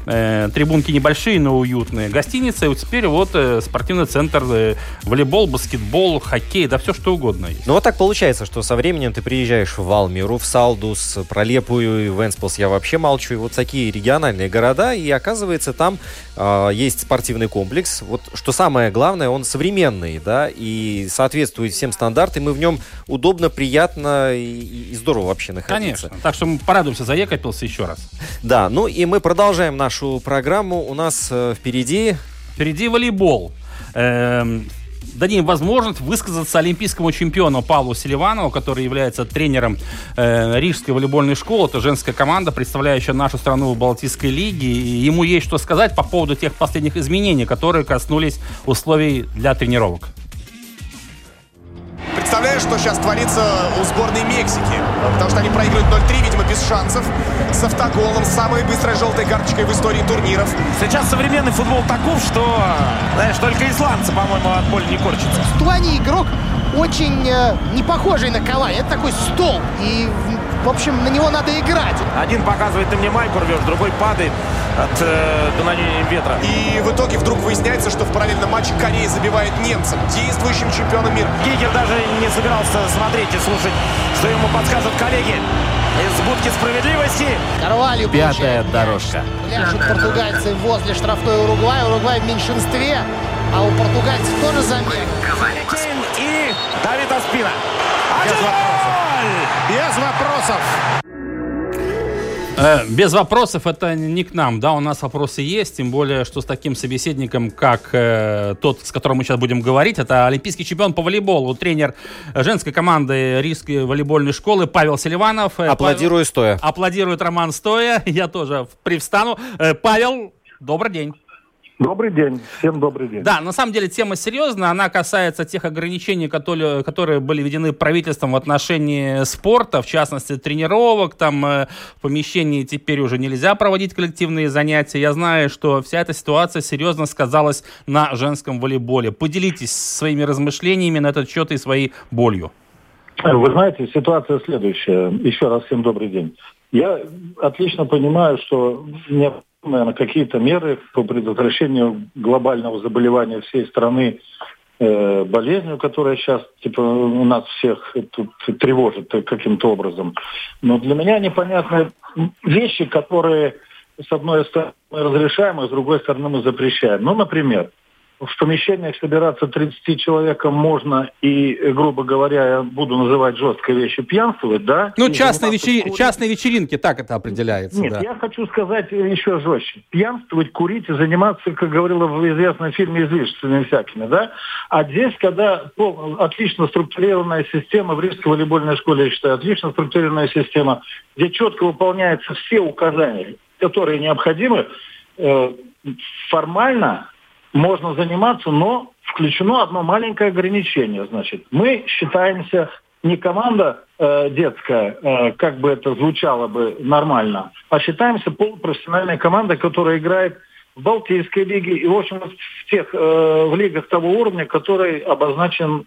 Speaker 3: трибунки небольшие, но уютные. Гостиница, и теперь вот спортивный центр, волейбол, баскетбол, хоккей, да все что угодно есть.
Speaker 2: Ну вот так получается, что со временем ты приезжаешь в Валмиру, в Салдус, Пролепую, в Венспилс, я вообще молчу, и вот такие региональные города, и оказывается там есть спортивный комплекс. Вот что самое главное, он современный, да, и соответствует всем стандартам, и в нем удобно, приятно и здорово вообще находиться.
Speaker 3: Конечно, так что мы порадуемся за Екапилс еще раз.
Speaker 2: Да, ну и мы продолжаем нашу программу. У нас впереди
Speaker 3: волейбол. Дадим возможность высказаться олимпийскому чемпиону Павлу Селиванову, который является тренером Рижской волейбольной школы. Это женская команда, представляющая нашу страну в Балтийской лиге. И ему есть что сказать по поводу тех последних изменений, которые коснулись условий для тренировок.
Speaker 6: Представляешь, что сейчас творится у сборной Мексики? Потому что они проигрывают 0-3, видимо, без шансов. С автоголом, самой быстрой желтой карточкой в истории турниров.
Speaker 12: Сейчас современный футбол таков, что, знаешь, только исландцы, по-моему, от боли не корчатся.
Speaker 5: В Туане игрок очень не похожий на Кавай. Это такой столб. И, в общем, на него надо играть.
Speaker 12: Один показывает, ты мне майку рвешь, другой падает от дуновения ветра.
Speaker 6: И в итоге вдруг выясняется, что в параллельном матче Корея забивает немцам, действующим чемпионом мира.
Speaker 12: Гигер даже не собирался смотреть и слушать, что ему подскажут коллеги из будки справедливости.
Speaker 5: Карвалью
Speaker 1: пятая дорожка.
Speaker 5: Пляшут португальцы возле штрафной Уругвая. Уругвай в меньшинстве, а у португальцев тоже замер.
Speaker 12: Кейн и Давид Оспина.
Speaker 5: Без вопросов.
Speaker 3: Без вопросов это не к нам, да, у нас вопросы есть, тем более, что с таким собеседником, как тот, с которым мы сейчас будем говорить, это олимпийский чемпион по волейболу, тренер женской команды Рижской волейбольной школы Павел Селиванов.
Speaker 2: Аплодирую стоя.
Speaker 3: Аплодирует Роман стоя, я тоже привстану. Павел, добрый день.
Speaker 13: Добрый день. Всем добрый день.
Speaker 3: Да, на самом деле тема серьезная. Она касается тех ограничений, которые были введены правительством в отношении спорта, в частности тренировок. Там в помещении теперь уже нельзя проводить коллективные занятия. Я знаю, что вся эта ситуация серьезно сказалась на женском волейболе. Поделитесь своими размышлениями на этот счет и своей болью.
Speaker 13: Вы знаете, ситуация следующая. Еще раз всем добрый день. Я отлично понимаю, что наверное, какие-то меры по предотвращению глобального заболевания всей страны болезнью, которая сейчас у нас всех тут тревожит каким-то образом. Но для меня непонятны вещи, которые с одной стороны разрешаем, а с другой стороны мы запрещаем. Ну, например, в помещениях собираться 30 человеком можно и, грубо говоря, я буду называть жесткие вещи, пьянствовать, да?
Speaker 3: Ну, частные вечеринки, так это определяется.
Speaker 13: Нет, да. Я хочу сказать еще жестче. Пьянствовать, курить и заниматься, как говорила в известном фильме, излишествами всякими, да? А здесь, когда отлично структурированная система, в Рижской волейбольной школе, я считаю, отлично структурированная система, где четко выполняются все указания, которые необходимы, формально можно заниматься, но включено одно маленькое ограничение. Значит, мы считаемся не команда детская, как бы это звучало бы нормально, а считаемся полупрофессиональной командой, которая играет в Балтийской лиге и, в общем, в тех в лигах того уровня, который обозначен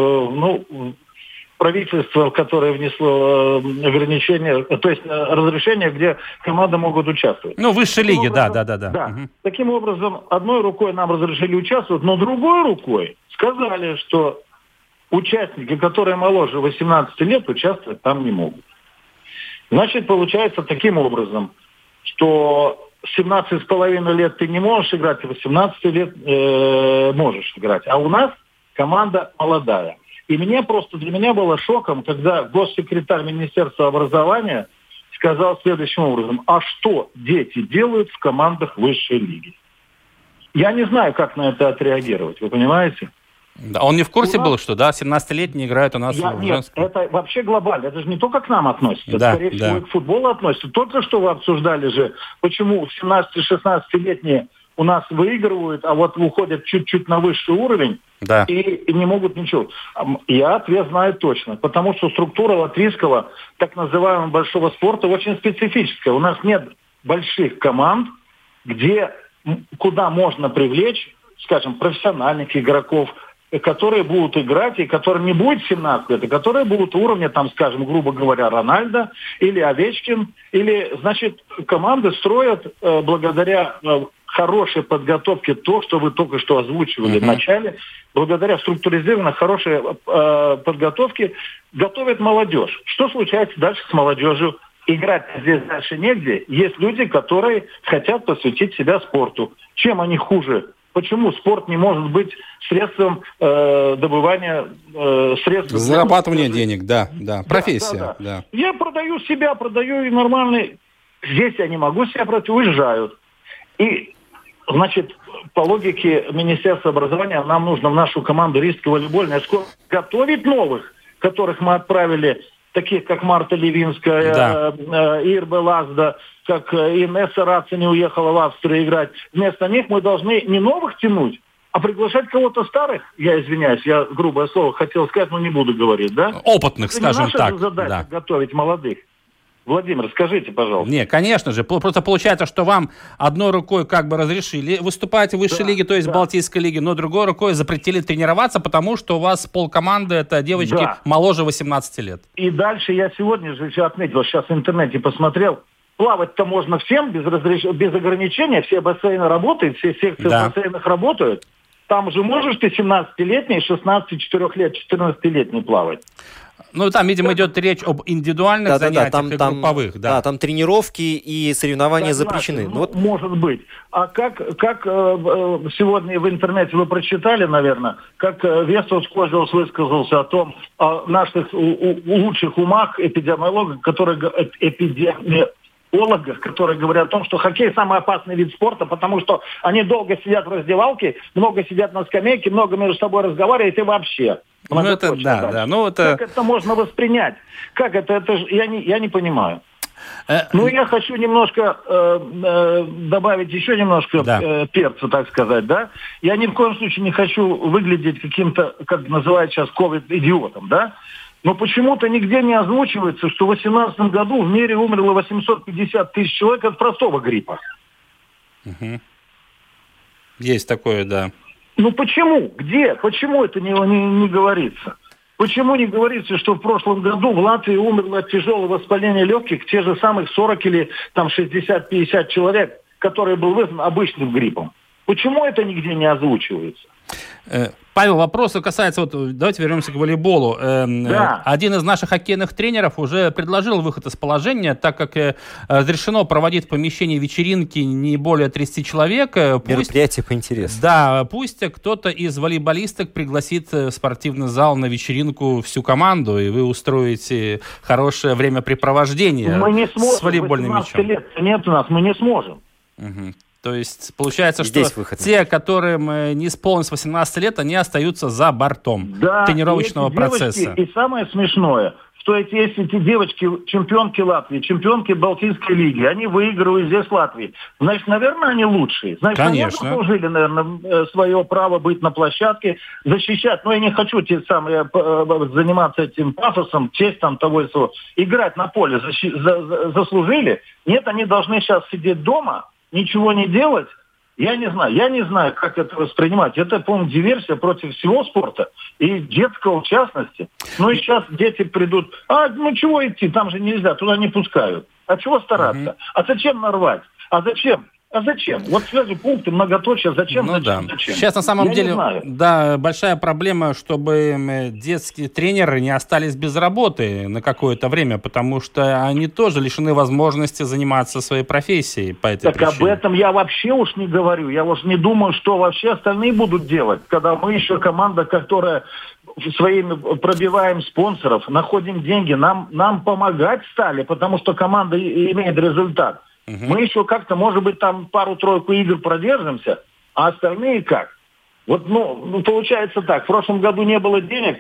Speaker 13: правительство, которое внесло ограничения, то есть разрешение, где команды могут участвовать.
Speaker 3: Ну, высшей лиги, да.
Speaker 13: Угу. Таким образом, одной рукой нам разрешили участвовать, но другой рукой сказали, что участники, которые моложе 18 лет, участвовать там не могут. Значит, получается таким образом, что 17,5 лет ты не можешь играть, а 18 лет можешь играть. А у нас команда молодая. И для меня было шоком, когда госсекретарь Министерства образования сказал следующим образом: а что дети делают в командах высшей лиги? Я не знаю, как на это отреагировать, вы понимаете?
Speaker 3: Да, он не в курсе был, что, да, 17-летние играют у нас в женском?
Speaker 13: Нет, это вообще глобально, это же не только к нам относится, это, скорее всего, и к футболу относится. Только что вы обсуждали же, почему 17-16-летние у нас выигрывают, а вот уходят чуть-чуть на высший уровень, да, и не могут ничего. Я ответ знаю точно, потому что структура латвийского так называемого большого спорта очень специфическая. У нас нет больших команд, куда можно привлечь, скажем, профессиональных игроков, которые будут играть, и которым не будет 17 лет, и которые будут уровня, там, скажем, грубо говоря, Рональдо или Овечкин, или, значит, команды строят благодаря хорошей подготовке, то, что вы только что озвучивали в начале, благодаря структуризированной хорошей подготовке, готовят молодежь. Что случается дальше с молодежью? Играть здесь дальше негде. Есть люди, которые хотят посвятить себя спорту. Чем они хуже? Почему спорт не может быть средством добывания средств?
Speaker 3: Зарабатывания денег, да. Профессия. Да.
Speaker 13: Я продаю себя, продаю и нормальный. Здесь я не могу себя продать, уезжают. И, значит, по логике Министерства образования нам нужно в нашу команду рисково-волейбольная школа готовить новых, которых мы отправили, таких как Марта Левинская, Ирбе Лазда, как Инесса Рацини уехала в Австрию играть. Вместо них мы должны не новых тянуть, а приглашать кого-то старых. Я извиняюсь, я грубое слово хотел сказать, но не буду говорить, да?
Speaker 3: Опытных, скажем так.
Speaker 13: Это не наша задача готовить молодых. Владимир, скажите, пожалуйста.
Speaker 3: Не, конечно же. Просто получается, что вам одной рукой как бы разрешили выступать в высшей лиге, то есть в Балтийской лиге, но другой рукой запретили тренироваться, потому что у вас полкоманды это девочки моложе 18 лет.
Speaker 13: И дальше я сегодня же еще отметил, сейчас в интернете посмотрел, плавать-то можно всем без ограничения, все бассейны работают, все секции в бассейнах работают. Там же можешь ты 17-летний, 14-летний плавать.
Speaker 3: Ну, там, видимо, идет речь об индивидуальных занятиях и групповых.
Speaker 2: Да, там тренировки и соревнования запрещены.
Speaker 13: Может быть. А как сегодня в интернете вы прочитали, наверное, как Весос Козелс высказался о наших лучших умах эпидемиологах, которые говорят о том, что хоккей самый опасный вид спорта, потому что они долго сидят в раздевалке, много сидят на скамейке, много между собой разговаривают и вообще.
Speaker 3: Ну это
Speaker 13: Как это можно воспринять? Как это я не понимаю. Я хочу немножко добавить еще немножко перца, так сказать, да? Я ни в коем случае не хочу выглядеть каким-то, как называют сейчас, ковид-идиотом, да? Но почему-то нигде не озвучивается, что в 2018 году в мире умерло 850 тысяч человек от простого гриппа.
Speaker 3: Есть такое, да.
Speaker 13: Ну почему? Где? Почему это не говорится? Почему не говорится, что в прошлом году в Латвии умерло от тяжелого воспаления легких те же самых 40 или там 60-50 человек, которые был вызван обычным гриппом? Почему это нигде не озвучивается?
Speaker 3: Павел, вопрос касается, давайте вернемся к волейболу. Один из наших хоккейных тренеров уже предложил выход из положения, так как разрешено проводить в помещении вечеринки не более 30 человек.
Speaker 2: Мероприятие по интересу.
Speaker 3: Да, пусть кто-то из волейболисток пригласит в спортивный зал на вечеринку всю команду, и вы устроите хорошее времяпрепровождение с волейбольным мячом.
Speaker 13: Лет нет у нас, мы не сможем.
Speaker 3: То есть получается, что те, которым не исполнилось 18 лет, они остаются за бортом тренировочного процесса.
Speaker 13: И самое смешное, что эти девочки, чемпионки Латвии, чемпионки Балтийской лиги, они выигрывают здесь в Латвии. Значит, наверное, они лучшие. Значит, они заслужили, наверное, свое право быть на площадке, защищать. Но я не хочу заниматься этим пафосом, честь там того и сего. Играть на поле заслужили. Нет, они должны сейчас сидеть дома, ничего не делать. Я не знаю, как это воспринимать. Это, по-моему, диверсия против всего спорта. И детского в частности. Ну и сейчас дети придут. Чего идти? Там же нельзя, туда не пускают. А чего стараться? А зачем нарвать? А зачем? Вот связи пункты, многоточие, зачем? Зачем?
Speaker 3: Сейчас на самом деле, большая проблема, чтобы детские тренеры не остались без работы на какое-то время, потому что они тоже лишены возможности заниматься своей профессией по этой причине.
Speaker 13: Об этом я вообще уж не говорю. Я уж не думаю, что вообще остальные будут делать, когда мы еще команда, которая своими пробиваем спонсоров, находим деньги, нам помогать стали, потому что команда имеет результат. Мы еще как-то, может быть, там пару-тройку игр продержимся, а остальные как? Получается так. В прошлом году не было денег,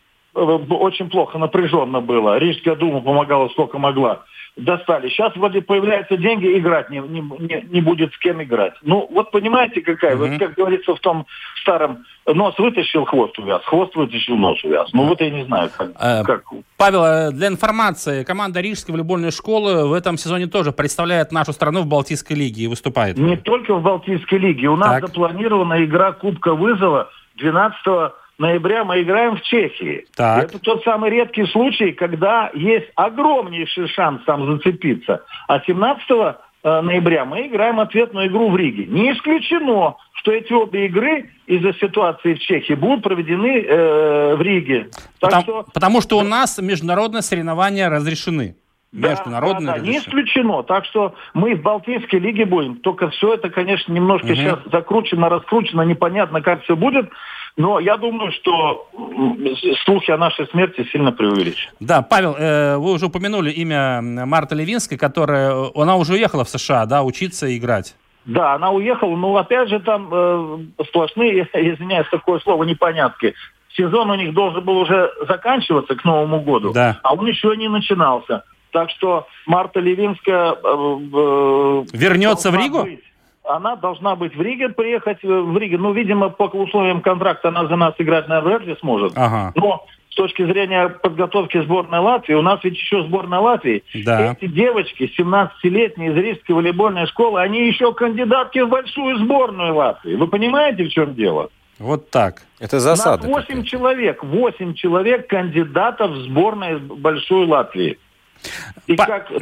Speaker 13: очень плохо, напряженно было. Рижская дума помогала сколько могла. Достали. Сейчас вроде появляются деньги, играть не будет с кем играть. Понимаете, какая? Вот как говорится в том старом, нос вытащил, хвост увяз, хвост вытащил, нос увяз. Я не знаю, как.
Speaker 3: Павел, для информации, команда Рижской волейбольной школы в этом сезоне тоже представляет нашу страну в Балтийской лиге и выступает.
Speaker 13: Не только в Балтийской лиге. У нас запланирована игра Кубка Вызова 12 ноября мы играем в Чехии.
Speaker 3: Так.
Speaker 13: Это тот самый редкий случай, когда есть огромнейший шанс там зацепиться. А 17 ноября мы играем ответную игру в Риге. Не исключено, что эти обе игры из-за ситуации в Чехии будут проведены в Риге.
Speaker 3: Потому что у нас международные соревнования разрешены. Международные
Speaker 13: не исключено. Так что мы в Балтийской лиге будем. Только все это, конечно, немножко сейчас закручено, раскручено, непонятно, как все будет. Но я думаю, что слухи о нашей смерти сильно преувеличены.
Speaker 3: Да, Павел, вы уже упомянули имя Марты Левинской, она уже уехала в США, да, учиться и играть.
Speaker 13: Да, она уехала, но опять же там сплошные, извиняюсь, такое слово, непонятки. Сезон у них должен был уже заканчиваться к Новому году, а он еще не начинался. Так что Марта Левинская...
Speaker 3: вернется в Ригу?
Speaker 13: Она должна быть в Риге, приехать в Ригу. Ну, видимо, по условиям контракта она за нас играть, наверное, вряд ли сможет.
Speaker 3: Ага.
Speaker 13: Но с точки зрения подготовки сборной Латвии, у нас ведь еще сборная Латвии. Да. Эти девочки, 17-летние из Рижской волейбольной школы, они еще кандидатки в большую сборную Латвии. Вы понимаете, в чем дело?
Speaker 3: Вот так.
Speaker 2: Это засада.
Speaker 13: 8 человек кандидатов в сборную большую Латвии. И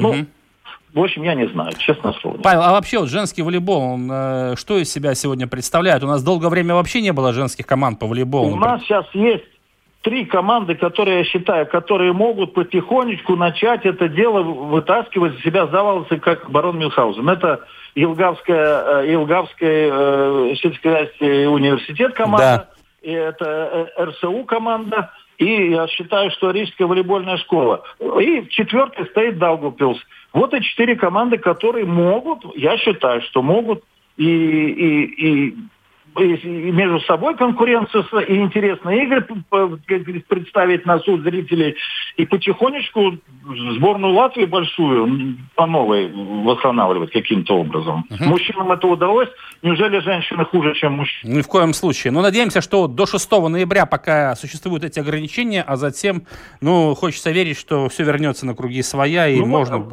Speaker 13: в общем, я не знаю, честно слово.
Speaker 3: Павел, а вообще вот женский волейбол, он что из себя сегодня представляет? У нас долгое время вообще не было женских команд по волейболу.
Speaker 13: У нас сейчас есть 3 команды, которые, я считаю, которые могут потихонечку начать это дело вытаскивать из себя за волосы, как барон Мюнхгаузен. Это Елгавская сельскохозяйственный университет команда, и это РСУ команда. И я считаю, что Рижская волейбольная школа. И в 4-й стоит Даугавпилс. Вот и 4 команды, которые могут, я считаю, что могут и между собой конкуренцию и интересные игры представить на суд зрителей. И потихонечку сборную Латвии большую по новой восстанавливать каким-то образом. Мужчинам это удалось. Неужели женщины хуже, чем мужчины?
Speaker 3: Ни в коем случае. Но надеемся, что до 6 ноября пока существуют эти ограничения, а затем, хочется верить, что все вернется на круги своя и можно...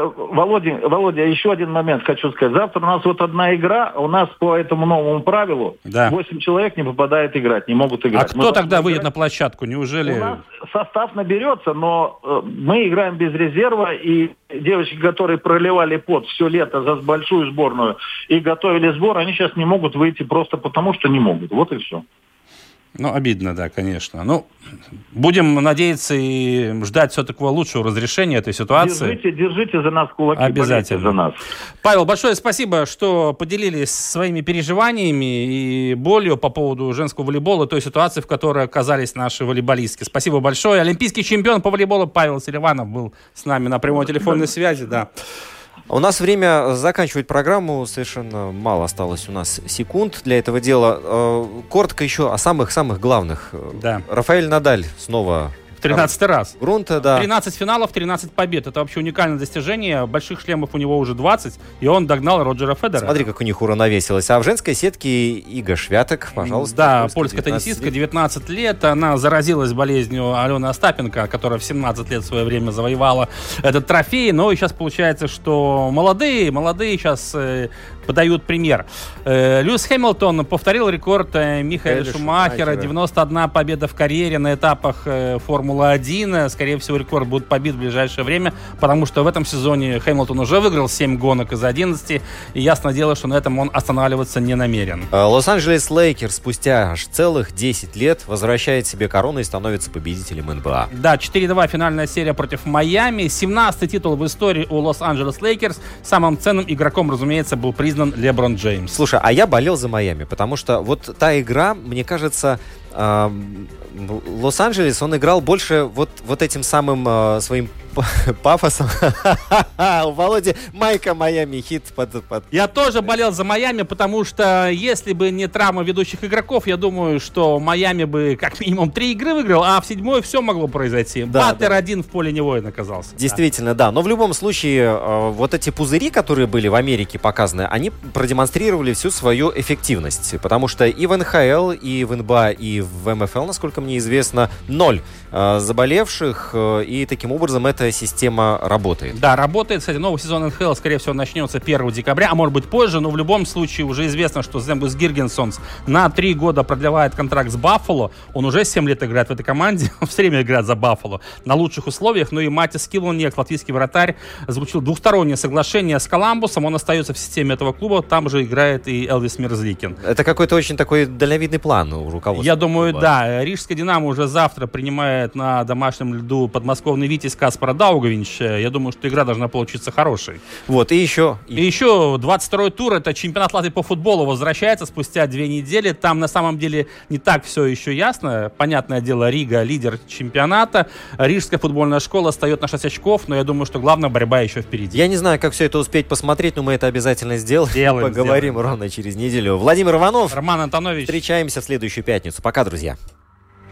Speaker 13: Володя, еще один момент хочу сказать. Завтра у нас вот одна игра, у нас по этому новому правилу 8 человек не попадает играть, не могут играть.
Speaker 3: А кто тогда выйдет на площадку? Неужели...
Speaker 13: У нас состав наберется, но мы играем без резерва, и девочки, которые проливали пот все лето за большую сборную и готовили сбор, они сейчас не могут выйти просто потому, что не могут. Вот и все.
Speaker 3: Обидно, да, конечно. Будем надеяться и ждать все-таки лучшего разрешения этой ситуации.
Speaker 13: Держите за нас кулаки.
Speaker 3: Обязательно.
Speaker 13: За нас.
Speaker 3: Павел, большое спасибо, что поделились своими переживаниями и болью по поводу женского волейбола, той ситуации, в которой оказались наши волейболистки. Спасибо большое. Олимпийский чемпион по волейболу Павел Селиванов был с нами на прямой телефонной связи. Да.
Speaker 2: У нас время заканчивать программу, совершенно мало осталось у нас секунд для этого дела. Коротко еще о самых главных.
Speaker 3: Да.
Speaker 2: Рафаэль Надаль снова...
Speaker 3: 13-й раз.
Speaker 2: Грунта, да.
Speaker 3: 13 финалов, 13 побед. Это вообще уникальное достижение. Больших шлемов у него уже 20, и он догнал Роджера Федерера.
Speaker 2: Смотри, как у них уравновесилось. А в женской сетке Ига Швятек, пожалуйста.
Speaker 3: Да, польская теннисистка, 19 лет. Она заразилась болезнью Алены Остапенко, которая в 17 лет в свое время завоевала этот трофей. Но и сейчас получается, что молодые сейчас подают пример. Льюис Хэмилтон повторил рекорд Михаэля Шумахера. 91 победа в карьере на этапах Формулы-1. Скорее всего, рекорд будет побит в ближайшее время, потому что в этом сезоне Хэмилтон уже выиграл 7 гонок из 11. И ясно дело, что на этом он останавливаться не намерен.
Speaker 2: Лос-Анджелес Лейкерс спустя аж целых 10 лет возвращает себе корону и становится победителем НБА.
Speaker 3: Да, 4-2 финальная серия против Майами. 17-й титул в истории у Лос-Анджелес Лейкерс. Самым ценным игроком, разумеется, был признан Леброн Джеймс.
Speaker 2: Слушай, а я болел за Майами, потому что вот та игра, мне кажется, Лос-Анджелес, он играл больше вот этим самым своим пафосом. У Володи майка Майами хит под...
Speaker 3: Я тоже болел за Майами, потому что если бы не травма ведущих игроков, я думаю, что Майами бы как минимум 3 игры выиграл, а в 7-й все могло произойти. Баттер один в поле не воин оказался.
Speaker 2: Действительно, да. Но в любом случае, вот эти пузыри, которые были в Америке показаны, они продемонстрировали всю свою эффективность. Потому что и в НХЛ, и в НБА, и в МФЛ, насколько мне известно, 0 заболевших. И таким образом это эта система работает.
Speaker 3: Да, работает. Кстати, новый сезон НХЛ, скорее всего, начнется 1 декабря, а может быть позже, но в любом случае уже известно, что Земгус Гиргенсонс на 3 года продлевает контракт с Баффало. Он уже 7 лет играет в этой команде, он все время играет за Баффало на лучших условиях. Ну и Матис Килонек, латвийский вратарь, заключил двухстороннее соглашение с Коламбусом. Он остается в системе этого клуба, там же играет и Элвис Мерзликин.
Speaker 2: Это какой-то очень такой дальновидный план у руководства.
Speaker 3: Я думаю, да. Рижская «Динамо» уже завтра принимает на домашнем льду подмосковный «Витязь» Каспара Даугавинча. Я думаю, что игра должна получиться хорошей.
Speaker 2: Вот, и еще
Speaker 3: 22-й тур, это чемпионат Латвии по футболу, возвращается спустя 2 недели. Там на самом деле не так все еще ясно. Понятное дело, Рига лидер чемпионата. Рижская футбольная школа встает на 6 очков, но я думаю, что главная борьба еще впереди.
Speaker 2: Я не знаю, как все это успеть посмотреть, но мы это обязательно сделаем. Поговорим ровно через неделю. Владимир Иванов.
Speaker 3: Роман Антонович.
Speaker 2: Встречаемся в следующую пятницу. Пока, друзья.